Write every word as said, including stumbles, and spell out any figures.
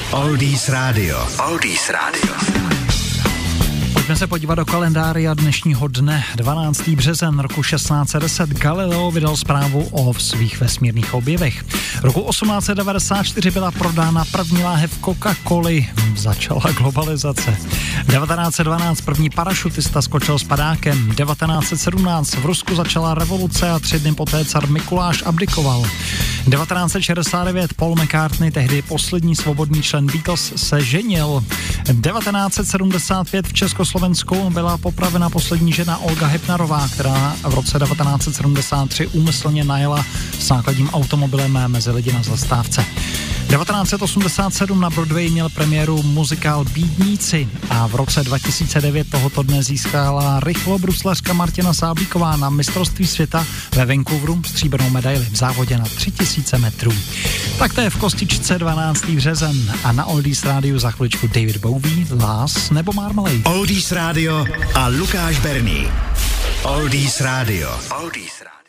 Oldies Radio. Oldies Radio. Pojďme se podívat do kalendária dnešního dne. dvanáctého března roku šestnáct set deset Galileo vydal zprávu o svých vesmírných objevech. Roku osmnáct set devadesát čtyři byla prodána první láhev Coca-Coly. Začala globalizace. devatenáct set dvanáct první parašutista skočil s padákem. devatenáct set sedmnáct v Rusku začala revoluce a tři dny poté car Mikuláš abdikoval. devatenáct set šedesát devět Paul McCartney, tehdy poslední svobodný člen Beatles, se ženil. devatenáct set sedmdesát pět v Československu byla popravena poslední žena Olga Hypnarová, která v roce devatenáct set sedmdesát tři úmyslně najela s nákladním automobilem mezi lidi na zastávce. devatenáct set osmdesát sedm na Broadway měl premiéru muzikál Bídníci a v roce dva tisíce devět tohoto dne získala rychlobruslařka Martina Sáblíková na mistrovství světa ve Vancouveru stříbrnou medaili v závodě na tři tisíce metrů. Tak to je v kostičce dvanáctého březen a na Oldies rádiu za chviličku David Bowie, Lás nebo Marmalade. Oldies Radio a Lukáš Berný. Oldies Radio. Oldies Radio.